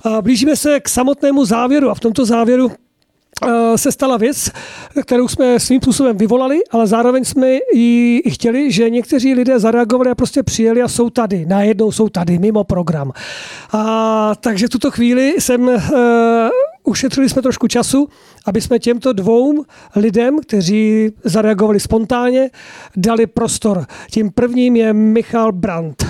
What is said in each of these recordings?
Blížíme se k samotnému závěru a v tomto závěru se stala věc, kterou jsme svým způsobem vyvolali, ale zároveň jsme i chtěli, že někteří lidé zareagovali a prostě přijeli a jsou tady. Najednou jsou tady, mimo program. Takže v tuto chvíli ušetřili jsme trošku času, aby jsme těmto dvou lidem, kteří zareagovali spontánně, dali prostor. Tím prvním je Michal Brandt.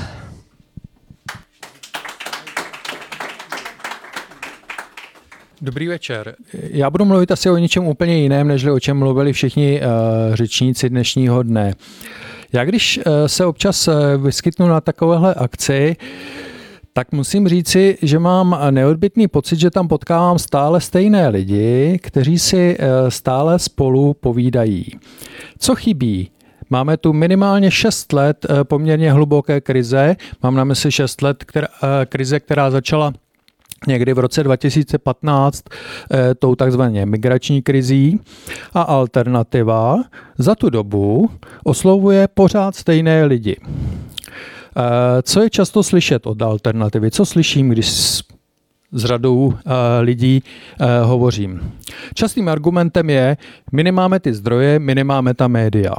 Dobrý večer. Já budu mluvit asi o něčem úplně jiném, než o čem mluvili všichni řečníci dnešního dne. Já když se občas vyskytnu na takovéhle akci, tak musím říci, že mám neodbytný pocit, že tam potkávám stále stejné lidi, kteří si stále spolu povídají. Co chybí? Máme tu minimálně 6 let poměrně hluboké krize. Mám na mysli 6 let krize, která začala někdy v roce 2015 tou takzvaně migrační krizí a alternativa za tu dobu oslovuje pořád stejné lidi. Co je často slyšet od alternativy? Co slyším, když s řadou lidí hovořím? Častým argumentem je, my nemáme ty zdroje, my nemáme ta média.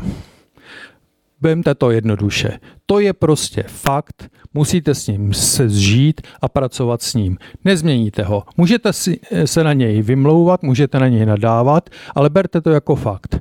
Vemte to jednoduše. To je prostě fakt, musíte s ním se zžít a pracovat s ním. Nezměníte ho. Můžete se na něj vymlouvat, můžete na něj nadávat, ale berte to jako fakt.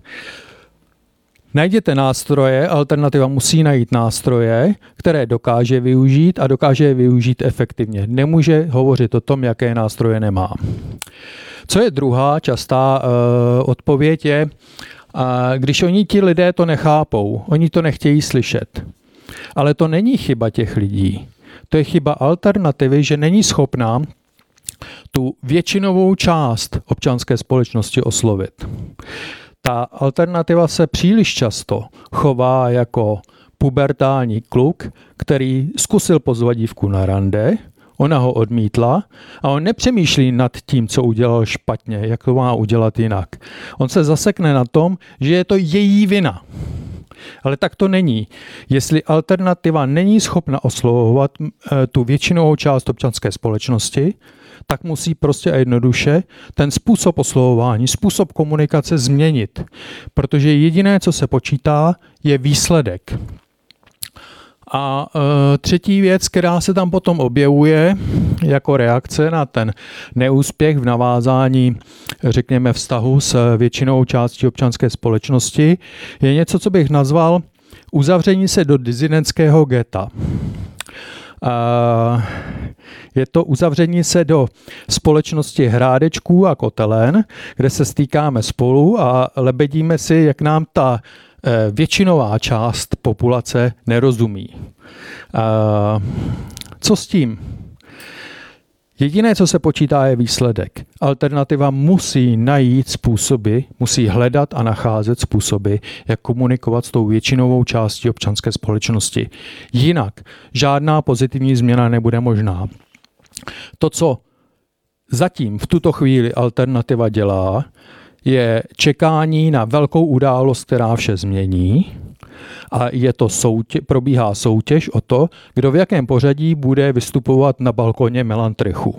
Najděte nástroje, alternativa musí najít nástroje, které dokáže využít a dokáže je využít efektivně. Nemůže hovořit o tom, jaké nástroje nemá. Co je druhá častá odpověď je, když oni ti lidé to nechápou, oni to nechtějí slyšet. Ale to není chyba těch lidí. To je chyba alternativy, že není schopná tu většinovou část občanské společnosti oslovit. Ta alternativa se příliš často chová jako pubertální kluk, který zkusil pozvat dívku na rande, ona ho odmítla a on nepřemýšlí nad tím, co udělal špatně, jak to má udělat jinak. On se zasekne na tom, že je to její vina. Ale tak to není. Jestli alternativa není schopna oslovovat tu většinovou část občanské společnosti, tak musí prostě a jednoduše ten způsob oslovování, způsob komunikace změnit. Protože jediné, co se počítá, je výsledek. A třetí věc, která se tam potom objevuje jako reakce na ten neúspěch v navázání, řekněme, vztahu s většinou částí občanské společnosti, je něco, co bych nazval uzavření se do disidentského geta. Je to uzavření se do společnosti hrádečků a kotelen, kde se stýkáme spolu a lebedíme si, jak nám ta většinová část populace nerozumí. Co s tím? Jediné, co se počítá, je výsledek. Alternativa musí najít způsoby, musí hledat a nacházet způsoby, jak komunikovat s tou většinovou částí občanské společnosti. Jinak žádná pozitivní změna nebude možná. To, co zatím v tuto chvíli alternativa dělá, je čekání na velkou událost, která vše změní, a probíhá soutěž o to, kdo v jakém pořadí bude vystupovat na balkoně Melantrychu.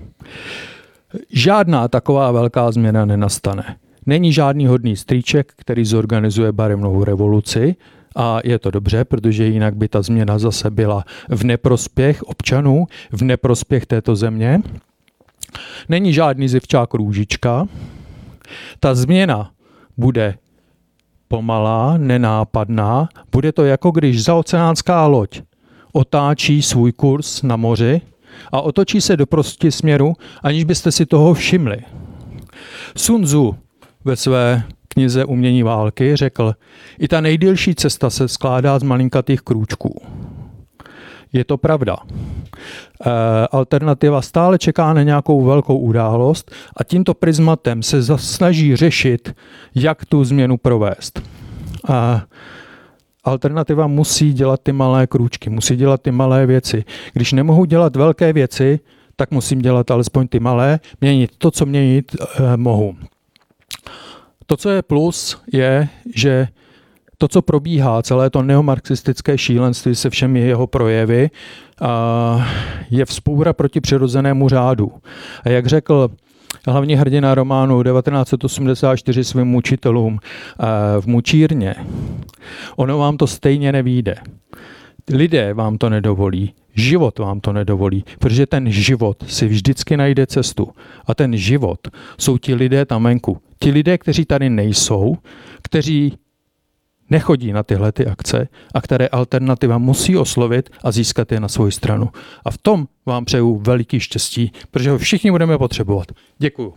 Žádná taková velká změna nenastane. Není žádný hodný strýček, který zorganizuje barevnou revoluci, a je to dobře, protože jinak by ta změna zase byla v neprospěch občanů, v neprospěch této země. Není žádný zivčák růžička. Ta změna bude pomalá, nenápadná. Bude to jako když zaoceánská loď otáčí svůj kurz na moři a otočí se do protisměru, aniž byste si toho všimli. Sun Tzu ve své knize Umění války řekl, i ta nejdelší cesta se skládá z malinkatých krůčků. Je to pravda. Alternativa stále čeká na nějakou velkou událost a tímto prismatem se snaží řešit, jak tu změnu provést. Alternativa musí dělat ty malé krůčky, musí dělat ty malé věci. Když nemohu dělat velké věci, tak musím dělat alespoň ty malé, měnit to, co měnit mohu. To, co je plus, je, že to, co probíhá, celé to neomarxistické šílenství se všemi jeho projevy, je vzpoura proti přirozenému řádu. A jak řekl hlavní hrdina románu 1984 svým učitelům v mučírně, ono vám to stejně nevyjde. Lidé vám to nedovolí, život vám to nedovolí, protože ten život si vždycky najde cestu. A ten život jsou ti lidé tam venku. Ti lidé, kteří tady nejsou, kteří nechodí na tyhle ty akce a které alternativa musí oslovit a získat je na svou stranu. A v tom vám přeju veliký štěstí, protože ho všichni budeme potřebovat. Děkuju.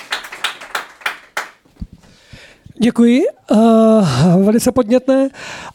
Děkuji, velice podnětné.